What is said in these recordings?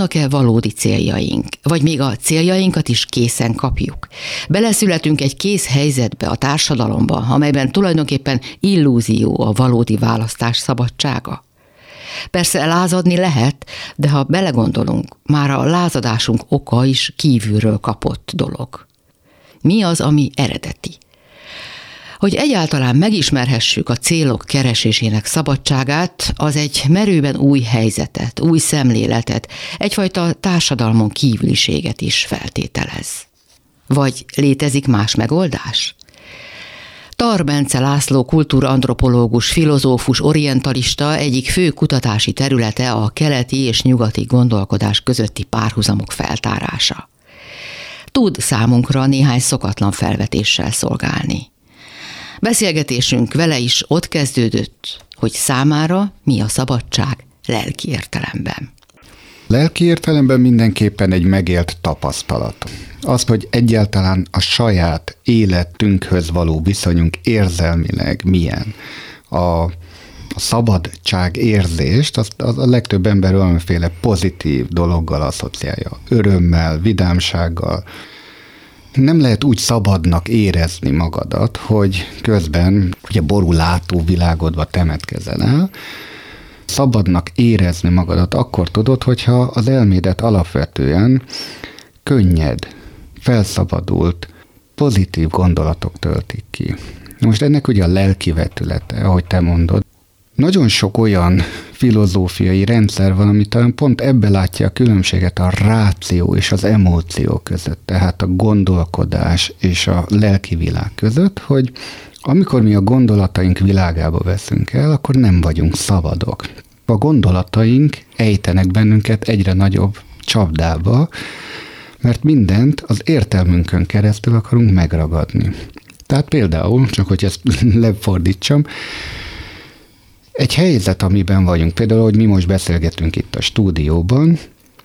vannak-e valódi céljaink, vagy még a céljainkat is készen kapjuk? Beleszületünk egy kész helyzetbe a társadalomba, amelyben tulajdonképpen illúzió a valódi választás szabadsága. Persze lázadni lehet, de ha belegondolunk, már a lázadásunk oka is kívülről kapott dolog. Mi az, ami eredeti? Hogy egyáltalán megismerhessük a célok keresésének szabadságát, az egy merőben új helyzetet, új szemléletet, egyfajta társadalmon kívüliséget is feltételez. Vagy létezik más megoldás? Tar Bence László kultúrantropológus, filozófus, orientalista egyik fő kutatási területe a keleti és nyugati gondolkodás közötti párhuzamok feltárása. Tud számunkra néhány szokatlan felvetéssel szolgálni. Beszélgetésünk vele is ott kezdődött, hogy számára mi a szabadság lelki értelemben. Lelki értelemben mindenképpen egy megélt tapasztalat. Az, hogy egyáltalán a saját életünkhöz való viszonyunk érzelmileg milyen. A szabadság érzést az a legtöbb ember valamiféle pozitív dologgal asszociálja. Örömmel, vidámsággal. Nem lehet úgy szabadnak érezni magadat, hogy közben ugye borulátó világodba temetkezel el. Szabadnak érezni magadat akkor tudod, hogyha az elmédet alapvetően könnyed, felszabadult, pozitív gondolatok töltik ki. Most ennek ugye a lelki vetülete, ahogy te mondod. Nagyon sok olyan filozófiai rendszer van, ami talán pont ebbe látja a különbséget a ráció és az emóció között, tehát a gondolkodás és a lelki világ között, hogy amikor mi a gondolataink világába veszünk el, akkor nem vagyunk szabadok. A gondolataink ejtenek bennünket egyre nagyobb csapdába, mert mindent az értelmünkön keresztül akarunk megragadni. Tehát például, csak hogy ezt lefordítsam, egy helyzet, amiben vagyunk, például, hogy mi most beszélgetünk itt a stúdióban,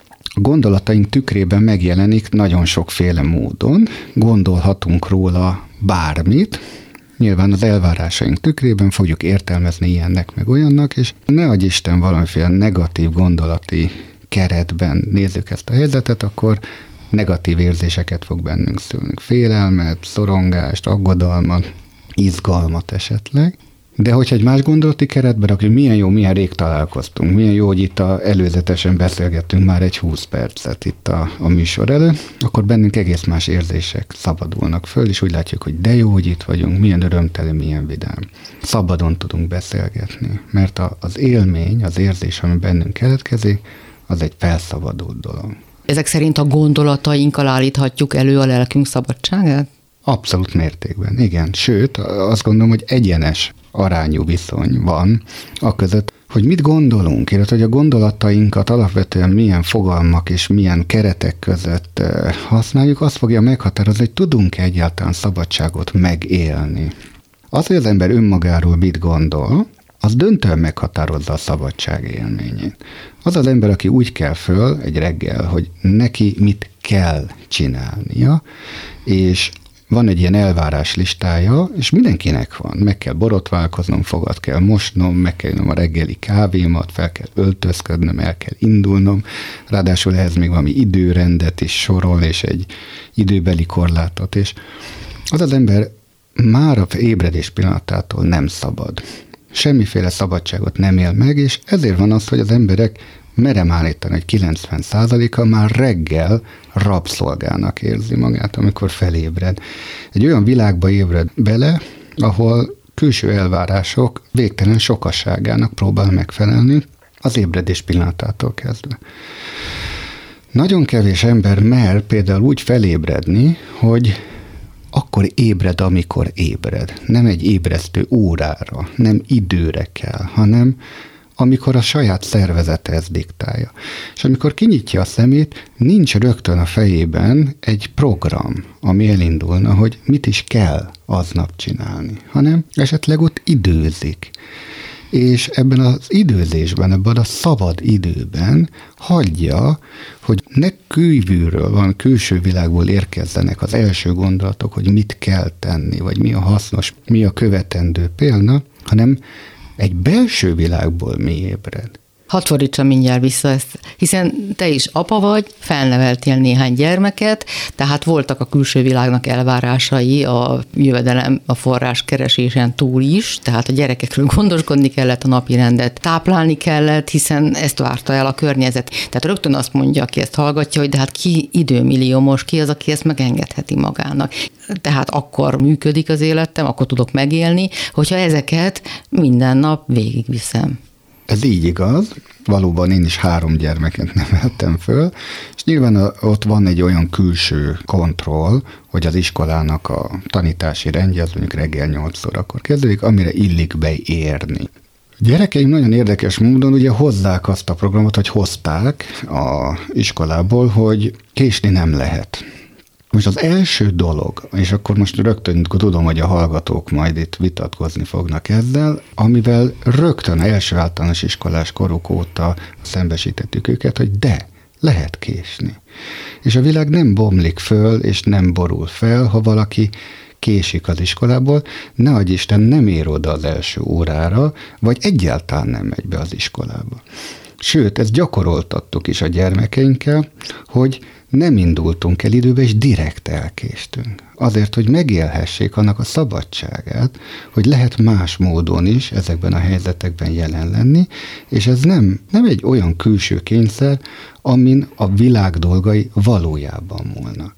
a gondolataink tükrében megjelenik nagyon sokféle módon, gondolhatunk róla bármit, nyilván az elvárásaink tükrében fogjuk értelmezni ilyennek meg olyannak, és ne adj Isten valamiféle negatív gondolati keretben nézzük ezt a helyzetet, akkor negatív érzéseket fog bennünk szülni. Félelmet, szorongást, aggodalmat, izgalmat esetleg. De hogyha egy más gondolati keretben, akkor milyen jó, milyen rég találkoztunk, milyen jó, hogy itt előzetesen beszélgettünk már egy 20 percet itt a műsor előtt, akkor bennünk egész más érzések szabadulnak föl, és úgy látjuk, hogy de jó, hogy itt vagyunk, milyen örömteli, milyen vidám. Szabadon tudunk beszélgetni, mert az élmény, az érzés, ami bennünk keletkezik, az egy felszabadult dolog. Ezek szerint a gondolatainkkal állíthatjuk elő a lelkünk szabadságát? Abszolút mértékben, igen. Sőt, azt gondolom, hogy egyenes arányú viszony van aközött, hogy mit gondolunk, illetve hogy a gondolatainkat alapvetően milyen fogalmak és milyen keretek között használjuk, azt fogja meghatározni, hogy tudunk-e egyáltalán szabadságot megélni. Az, hogy az ember önmagáról mit gondol, az döntően meghatározza a szabadság élményét. Az az ember, aki úgy kell föl egy reggel, hogy neki mit kell csinálnia, és van egy ilyen elvárás listája, és mindenkinek van. Meg kell borotválkoznom, fogat kell mosnom, meg kell innom a reggeli kávémat, fel kell öltözködnöm, el kell indulnom. Ráadásul ehhez még valami időrendet is sorol, és egy időbeli korlátot. És az az ember már a ébredés pillanatától nem szabad. Semmiféle szabadságot nem él meg, és ezért van az, hogy az emberek merem állítani, hogy 90%-a már reggel rabszolgának érzi magát, amikor felébred. Egy olyan világba ébred bele, ahol külső elvárások végtelen sokasságának próbál megfelelni az ébredés pillanatától kezdve. Nagyon kevés ember mer például úgy felébredni, hogy akkor ébred, amikor ébred. Nem egy ébresztő órára, nem időre kell, hanem amikor a saját szervezete ezt diktálja. És amikor kinyitja a szemét, nincs rögtön a fejében egy program, ami elindulna, hogy mit is kell aznap csinálni, hanem esetleg ott időzik. És ebben az időzésben, ebben a szabad időben hagyja, hogy ne kívülről, van külső világból érkezzenek az első gondolatok, hogy mit kell tenni, vagy mi a hasznos, mi a követendő példa, hanem egy belső világból mi ébred. Hadd fordítsam mindjárt vissza ezt, hiszen te is apa vagy, felneveltél néhány gyermeket, tehát voltak a külső világnak elvárásai a jövedelem, a forrás keresésen túl is, tehát a gyerekekről gondoskodni kellett, a napirendet táplálni kellett, hiszen ezt várta el a környezet. Tehát rögtön azt mondja, aki ezt hallgatja, hogy de hát ki időmilliómos, ki az, aki ezt megengedheti magának. Tehát akkor működik az életem, akkor tudok megélni, hogyha ezeket minden nap végigviszem. Ez így igaz, valóban én is 3 gyermeket neveltem föl, és nyilván ott van egy olyan külső kontroll, hogy az iskolának a tanítási rendje, az mondjuk reggel 8 órakor kezdődik, amire illik beérni. A gyerekeim nagyon érdekes módon ugye hozzák azt a programot, hogy hozták az iskolából, hogy késni nem lehet. Most az első dolog, és akkor most rögtön tudom, hogy a hallgatók majd itt vitatkozni fognak ezzel, amivel rögtön első általános iskolás koruk óta szembesítettük őket, hogy de, lehet késni. És a világ nem bomlik föl, és nem borul fel, ha valaki késik az iskolából, ne adj Isten, nem ér oda az első órára, vagy egyáltalán nem megy be az iskolába. Sőt, ezt gyakoroltattuk is a gyermekeinkkel, hogy nem indultunk el időbe, és direkt elkéstünk. Azért, hogy megélhessék annak a szabadságát, hogy lehet más módon is ezekben a helyzetekben jelen lenni, és ez nem egy olyan külső kényszer, amin a világ dolgai valójában múlnak.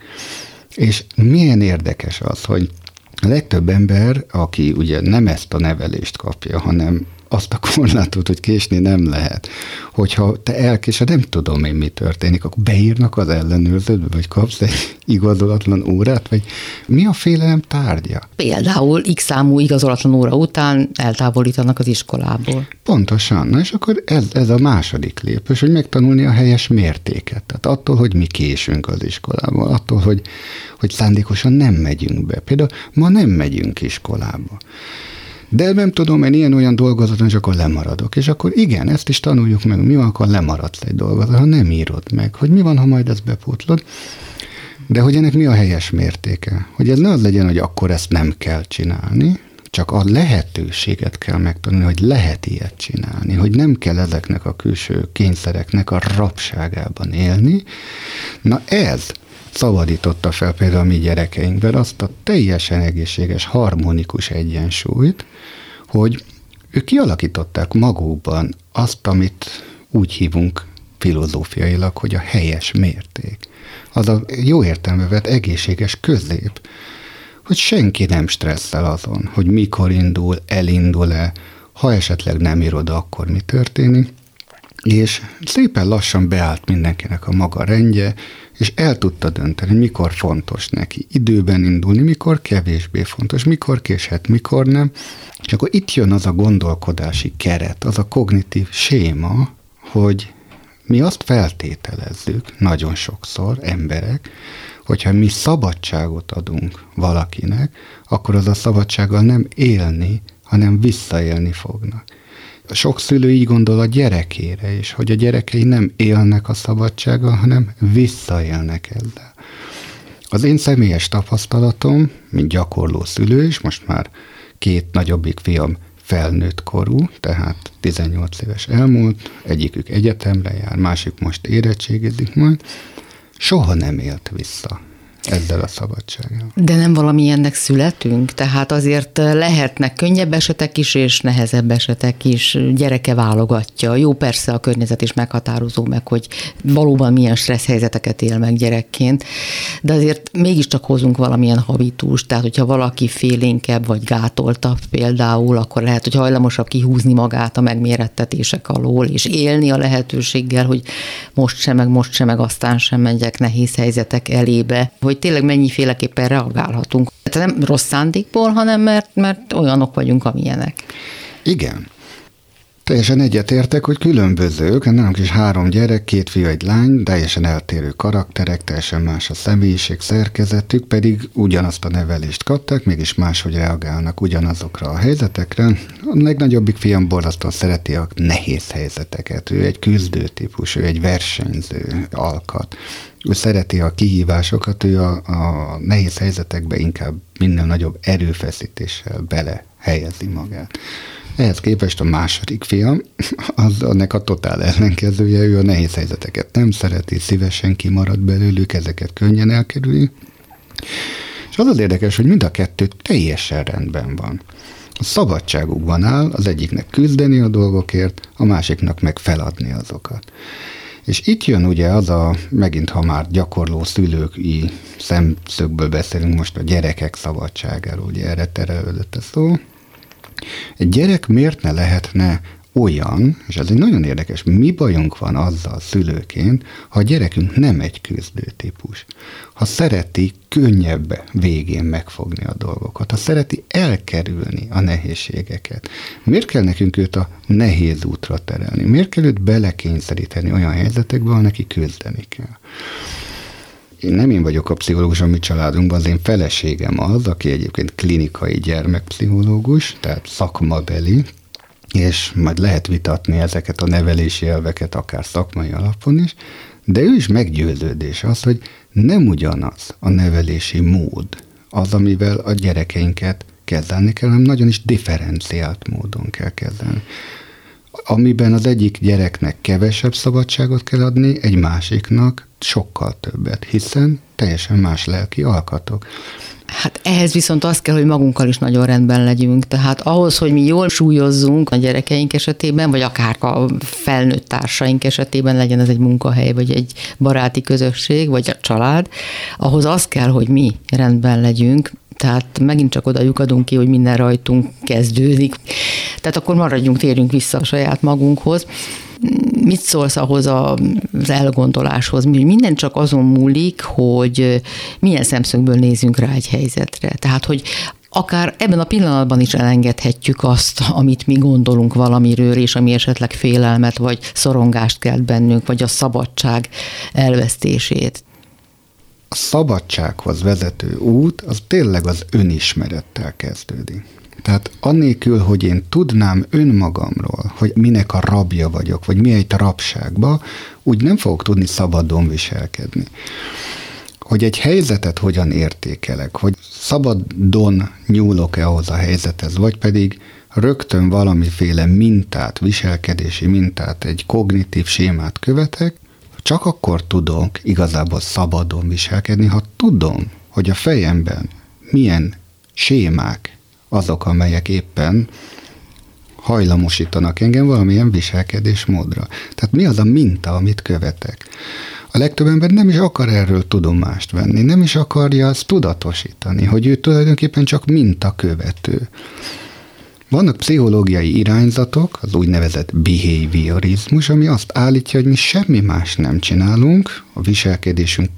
És milyen érdekes az, hogy a legtöbb ember, aki ugye nem ezt a nevelést kapja, hanem azt a korlátot, hogy késni nem lehet. Hogyha te elkésed, nem tudom én, mi történik, akkor beírnak az ellenőrzőbe, vagy kapsz egy igazolatlan órát, vagy mi a félelem tárgya? Például X számú igazolatlan óra után eltávolítanak az iskolából. Pontosan. Na és akkor ez a második lépés, hogy megtanulni a helyes mértéket. Tehát attól, hogy mi késünk az iskolából, attól, hogy szándékosan nem megyünk be. Például ma nem megyünk iskolába. De nem tudom, én ilyen-olyan dolgozaton, és akkor lemaradok. És akkor igen, ezt is tanuljuk meg, mi van, akkor lemaradsz egy dolgozat, ha nem írod meg, hogy mi van, ha majd ezt bepótlod. De hogy ennek mi a helyes mértéke? Hogy ez ne az legyen, hogy akkor ezt nem kell csinálni, csak a lehetőséget kell megtanulni, hogy lehet ilyet csinálni, hogy nem kell ezeknek a külső kényszereknek a rabságában élni. Na ez szabadította fel például a mi gyerekeinkben azt a teljesen egészséges, harmonikus egyensúlyt, hogy ők kialakították magukban azt, amit úgy hívunk filozófiailag, hogy a helyes mérték. Az a jó értelemben vett egészséges közép, hogy senki nem stresszel azon, hogy mikor elindul-e, ha esetleg nem ír oda, akkor mi történik, és szépen lassan beállt mindenkinek a maga rendje, és el tudta dönteni, mikor fontos neki időben indulni, mikor kevésbé fontos, mikor késhet, mikor nem. És akkor itt jön az a gondolkodási keret, az a kognitív séma, hogy mi azt feltételezzük nagyon sokszor, emberek, hogyha mi szabadságot adunk valakinek, akkor az a szabadsággal nem élni, hanem visszaélni fognak. Sok szülő így gondol a gyerekére is, hogy a gyerekei nem élnek a szabadsággal, hanem visszaélnek ezzel. Az én személyes tapasztalatom, mint gyakorló szülő is, most már 2 nagyobbik fiam felnőtt korú, tehát 18 éves elmúlt, egyikük egyetemre jár, másik most érettségizik majd, soha nem élt vissza ezzel a szabadsággal. De nem valamilyennek születünk? Tehát azért lehetnek könnyebb esetek is, és nehezebb esetek is. Gyereke válogatja. Jó, persze a környezet is meghatározó meg, hogy valóban milyen stressz helyzeteket él meg gyerekként, de azért mégiscsak hozunk valamilyen habitust, tehát hogyha valaki félénkebb vagy gátoltabb például, akkor lehet, hogy hajlamosabb kihúzni magát a megmérettetések alól, és élni a lehetőséggel, hogy most sem, meg aztán sem megyek nehéz helyzetek elébe, hogy tényleg mennyiféleképpen reagálhatunk. Tehát nem rossz szándékból, hanem mert olyanok vagyunk, amilyenek. Igen. Teljesen egyetértek, hogy különbözők, nálunk is 3 gyerek, 2 fiú, 1 lány, teljesen eltérő karakterek, teljesen más a személyiség szerkezetük, pedig ugyanazt a nevelést kapták, mégis máshogy reagálnak ugyanazokra a helyzetekre. A legnagyobbik fiam borzasztóan szereti a nehéz helyzeteket, ő egy küzdő típus, ő egy versenyző alkat. Ő szereti a kihívásokat, ő a nehéz helyzetekbe inkább minél nagyobb erőfeszítéssel bele helyezi magát. Ehhez képest a második fiam, annak a totál ellenkezője, ő a nehéz helyzeteket nem szereti, szívesen kimarad belőlük, ezeket könnyen elkerüli. És az az érdekes, hogy mind a kettő teljesen rendben van. A szabadságukban áll, az egyiknek küzdeni a dolgokért, a másiknak meg feladni azokat. És itt jön ugye az megint ha már gyakorló szülői szemszögből beszélünk most a gyerekek szabadságáról, ugye erre terelődött a szó. Egy gyerek miért ne lehetne olyan, és ez egy nagyon érdekes, mi bajunk van azzal szülőként, ha a gyerekünk nem egy küzdő típus. Ha szereti könnyebb végén megfogni a dolgokat, ha szereti elkerülni a nehézségeket. Miért kell nekünk őt a nehéz útra terelni? Miért kell őt belekényszeríteni olyan helyzetekbe, ahol neki küzdeni kell? Nem én vagyok a pszichológus a mi családunkban, az én feleségem az, aki egyébként klinikai gyermekpszichológus, tehát szakmabeli, és majd lehet vitatni ezeket a nevelési elveket akár szakmai alapon is, de ő is meggyőződés az, hogy nem ugyanaz a nevelési mód az, amivel a gyerekeinket kezelni kell, hanem nagyon is differenciált módon kell kezelni. Amiben az egyik gyereknek kevesebb szabadságot kell adni, egy másiknak sokkal többet, hiszen teljesen más lelki alkatok. Hát ehhez viszont az kell, hogy magunkkal is nagyon rendben legyünk. Tehát ahhoz, hogy mi jól súlyozzunk a gyerekeink esetében, vagy akár a felnőtt társaink esetében, legyen ez egy munkahely, vagy egy baráti közösség, vagy a család, ahhoz az kell, hogy mi rendben legyünk. Tehát megint csak oda lyukadunk ki, hogy minden rajtunk kezdődik. Tehát akkor maradjunk, térjünk vissza a saját magunkhoz. Mit szólsz ahhoz az elgondoláshoz? Minden csak azon múlik, hogy milyen szemszögből nézünk rá egy helyzetre. Tehát, hogy akár ebben a pillanatban is elengedhetjük azt, amit mi gondolunk valamiről, és ami esetleg félelmet vagy szorongást kelt bennünk, vagy a szabadság elvesztését. A szabadsághoz vezető út az tényleg az önismerettel kezdődik. Tehát annélkül, hogy én tudnám önmagamról, hogy minek a rabja vagyok, vagy mi egy rabságba, úgy nem fogok tudni szabadon viselkedni. Hogy egy helyzetet hogyan értékelek, hogy szabadon nyúlok-e ahhoz a helyzethez, vagy pedig rögtön valamiféle mintát, viselkedési mintát, egy kognitív sémát követek, csak akkor tudok igazából szabadon viselkedni, ha tudom, hogy a fejemben milyen sémák azok, amelyek éppen hajlamosítanak engem valamilyen viselkedésmódra. Tehát mi az a minta, amit követek? A legtöbb ember nem is akar erről tudomást venni, nem is akarja azt tudatosítani, hogy ő tulajdonképpen csak mintakövető. Vannak pszichológiai irányzatok, az úgynevezett behaviorizmus, ami azt állítja, hogy mi semmi más nem csinálunk, a viselkedésünk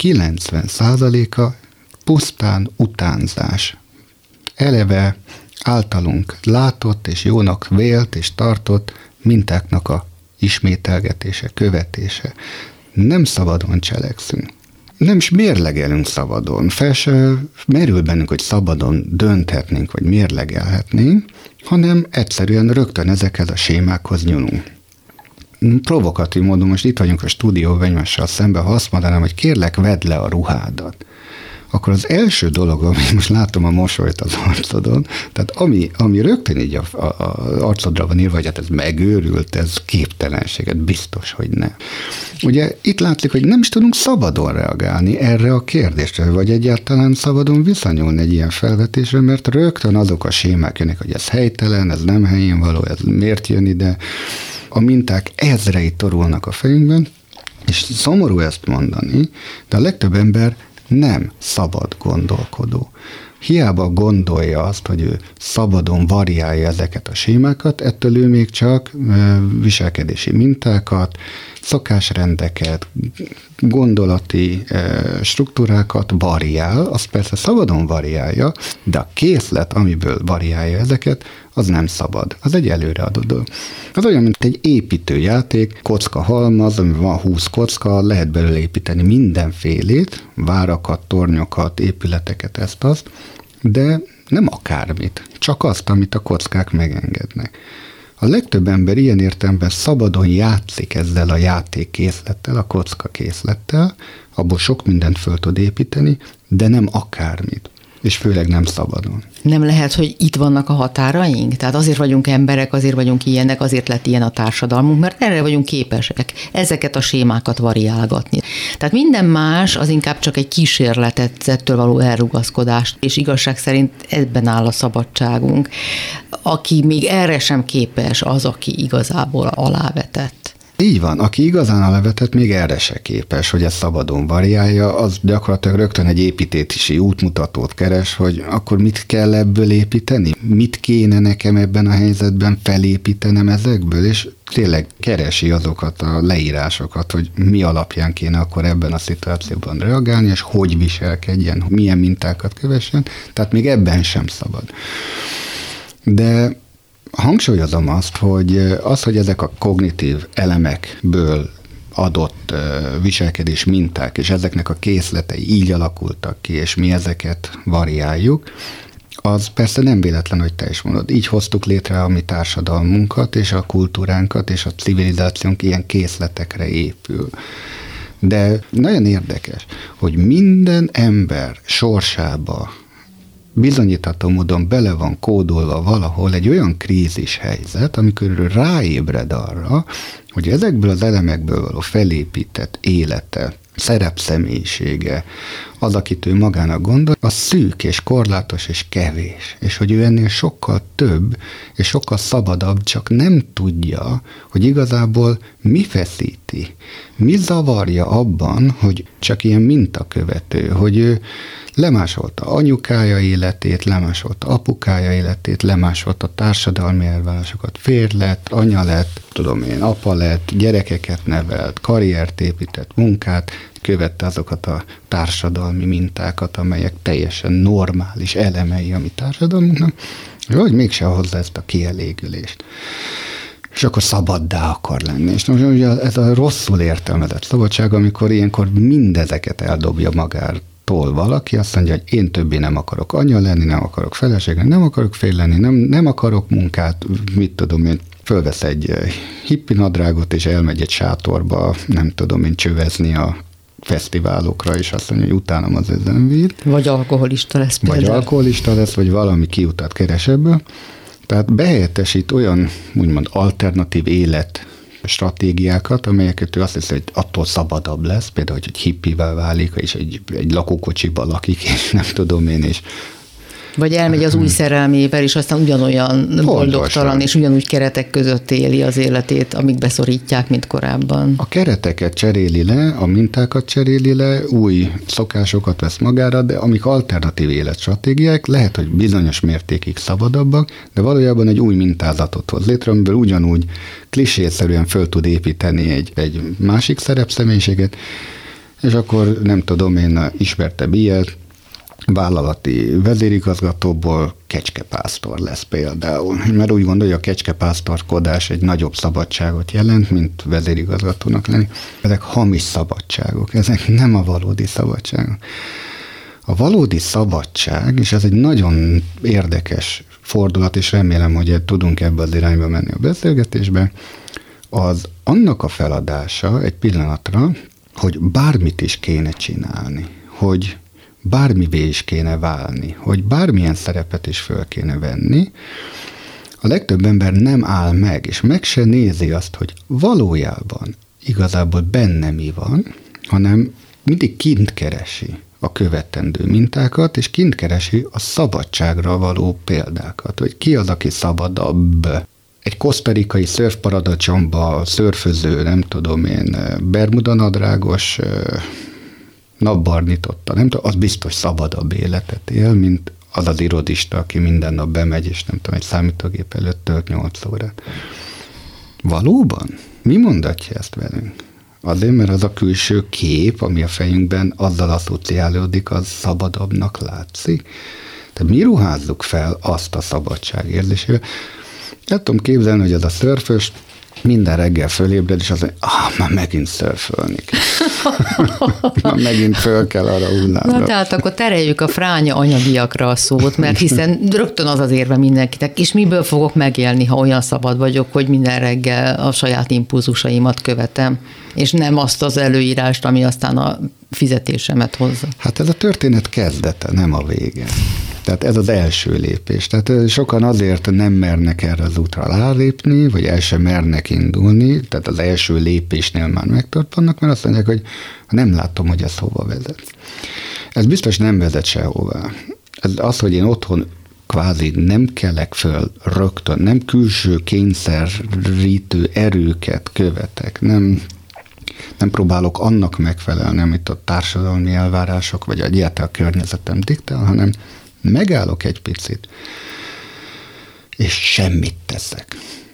90%-a pusztán utánzás. Eleve általunk látott és jónak vélt és tartott mintáknak a ismételgetése, követése. Nem szabadon cselekszünk. Nem is mérlegelünk szabadon. Fel se merül bennünk, hogy szabadon dönthetnénk, vagy mérlegelhetnénk, hanem egyszerűen rögtön ezekhez a sémákhoz nyúlunk. Provokatív módon most itt vagyunk a stúdióban egymással szemben, ha azt mondanám, hogy kérlek, vedd le a ruhádat, akkor az első dolog, ami most látom a mosolyt az arcodon, tehát ami rögtön így az arcodra van írva, hogy hát ez megőrült, ez képtelenséget, biztos, hogy nem. Ugye itt látszik, hogy nem is tudunk szabadon reagálni erre a kérdésre, vagy egyáltalán szabadon viszonyulni egy ilyen felvetésre, mert rögtön azok a sémák jönnek, hogy ez helytelen, ez nem helyén való, ez miért jön ide. A minták ezrei torulnak a fejünkben, és szomorú ezt mondani, de a legtöbb ember nem szabad gondolkodó. Hiába gondolja azt, hogy ő szabadon variálja ezeket a sémákat, ettől ő még csak viselkedési mintákat, szokásrendeket, gondolati struktúrákat variál, azt persze szabadon variálja, de a készlet, amiből variálja ezeket, az nem szabad. Az egy előreadott dolog. Az olyan, mint egy építőjáték, kocka halmaz, amiben van 20 kocka, lehet belőle építeni mindenfélét, várakat, tornyokat, épületeket, ezt-azt, de nem akármit, csak azt, amit a kockák megengednek. A legtöbb ember ilyen értelemben szabadon játszik ezzel a játékkészlettel, a kocka készlettel, abból sok mindent föl tud építeni, de nem akármit. és főleg nem szabadon. Nem lehet, hogy itt vannak a határaink? Tehát azért vagyunk emberek, azért vagyunk ilyenek, azért lett ilyen a társadalmunk, mert erre vagyunk képesek ezeket a sémákat variálgatni. Tehát minden más az inkább csak egy kísérletet, ettől való elrugaszkodást, és igazság szerint ebben áll a szabadságunk. Aki még erre sem képes, az, aki igazából alávetett. Így van, aki igazán alávetett, még erre se képes, hogy ezt szabadon variálja, az gyakorlatilag rögtön egy építési útmutatót keres, hogy akkor mit kell ebből építeni? Mit kéne nekem ebben a helyzetben felépítenem ezekből? És tényleg keresi azokat a leírásokat, hogy mi alapján kéne akkor ebben a szituációban reagálni, és hogy viselkedjen, milyen mintákat kövessen, tehát még ebben sem szabad. De hangsúlyozom azt, hogy ezek a kognitív elemekből adott viselkedés minták, és ezeknek a készletei így alakultak ki, és mi ezeket variáljuk, az persze nem véletlen, hogy te is mondod. Így hoztuk létre a mi társadalmunkat, és a kultúránkat, és a civilizációnk ilyen készletekre épül. De nagyon érdekes, hogy minden ember sorsába bizonyítható módon bele van kódolva valahol egy olyan krízis helyzet, amikor ráébred arra, hogy ezekből az elemekből való felépített élete, szerepszemélyisége, az, akit ő magának gondol, az szűk és korlátos és kevés. És hogy ő ennél sokkal több és sokkal szabadabb, csak nem tudja, hogy igazából mi feszíti, mi zavarja abban, hogy csak ilyen mintakövető, hogy ő lemásolta anyukája életét, lemásolta apukája életét, lemásolta társadalmi elvárásokat, férj lett, anya lett, apa lett, gyerekeket nevelt, karriert épített, munkát, követte azokat a társadalmi mintákat, amelyek teljesen normális elemei a mi társadalmunknak, hogy mégse hozza ezt a kielégülést. És akkor szabaddá akar lenni. És ugye ez a rosszul értelmezett szabadság, amikor ilyenkor mindezeket eldobja magától valaki, azt mondja, hogy én többé nem akarok anya lenni, nem akarok feleség lenni, nem akarok fél lenni, nem akarok munkát, mit tudom én, fölvesz egy hippi nadrágot, és elmegy egy sátorba, nem tudom én, csövezni a fesztiválokra, és azt mondja, hogy utánam az ezenvét. Vagy alkoholista lesz például. Vagy alkoholista lesz, vagy valami kiutat keres ebből. Tehát behelyettesít olyan, úgymond alternatív élet stratégiákat, amelyeket ő azt hiszi, hogy attól szabadabb lesz, például, hogy hippivel válik, és egy lakókocsiba lakik, és nem tudom én, és vagy elmegy az új szerelmével, és aztán ugyanolyan boldogtalan, és ugyanúgy keretek között éli az életét, amik beszorítják, mint korábban. A kereteket cseréli le, a mintákat cseréli le, új szokásokat vesz magára, de amik alternatív életstratégiák, lehet, hogy bizonyos mértékig szabadabbak, de valójában egy új mintázatot hoz létre, amiből ugyanúgy klisészerűen föl tud építeni egy másik szerepszemélyiséget, és akkor nem tudom, én ismertem ilyet, vállalati vezérigazgatóból kecskepásztor lesz például. Mert úgy gondolja, hogy a kecskepásztorkodás egy nagyobb szabadságot jelent, mint vezérigazgatónak lenni. Ezek hamis szabadságok, ezek nem a valódi szabadságok. A valódi szabadság, és ez egy nagyon érdekes fordulat, és remélem, hogy tudunk ebbe az irányba menni a beszélgetésbe, az annak a feladása egy pillanatra, hogy bármit is kéne csinálni, hogy bármivé is kéne válni, hogy bármilyen szerepet is föl kéne venni, a legtöbb ember nem áll meg, és meg se nézi azt, hogy valójában igazából benne mi van, hanem mindig kint keresi a követendő mintákat, és kint keresi a szabadságra való példákat, hogy ki az, aki szabadabb. Egy kosztarikai szörfparadicsomba szörföző, nem tudom én, bermudanadrágos, napbarnította, nem tudom, az biztos szabadabb életet él, mint az az irodista, aki minden nap bemegy, és nem tudom, egy számítógép előtt tölt 8 órát. Valóban? Mi mondatja ezt velünk? Azért, mert az a külső kép, ami a fejünkben azzal asszociálódik, az szabadabbnak látszik. Tehát mi ruházzuk fel azt a szabadságérzésével. El tudom képzelni, hogy az a szörfös minden reggel fölébred, és az, hogy már megint szörfölni kell. Már megint föl kell arra hullámra. Na tehát akkor tereljük a fránya anyagiakra a szót, mert hiszen rögtön az az érve mindenkinek, és miből fogok megélni, ha olyan szabad vagyok, hogy minden reggel a saját impulzusaimat követem, és nem azt az előírást, ami aztán a fizetésemet hozza. Hát ez a történet kezdete, nem a vége. Tehát ez az első lépés. Tehát sokan azért nem mernek erre az útra rálépni, vagy el sem mernek indulni, tehát az első lépésnél már megtorpannak, mert azt mondják, hogy nem látom, hogy ez hova vezet. Ez biztos nem vezet sehová. Ez az, hogy én otthon kvázi nem kelek föl rögtön, nem külső kényszerítő erőket követek, nem próbálok annak megfelelni, amit a társadalmi elvárások, vagy egyáltalán a környezetem diktál, hanem megállok egy picit, és semmit teszek.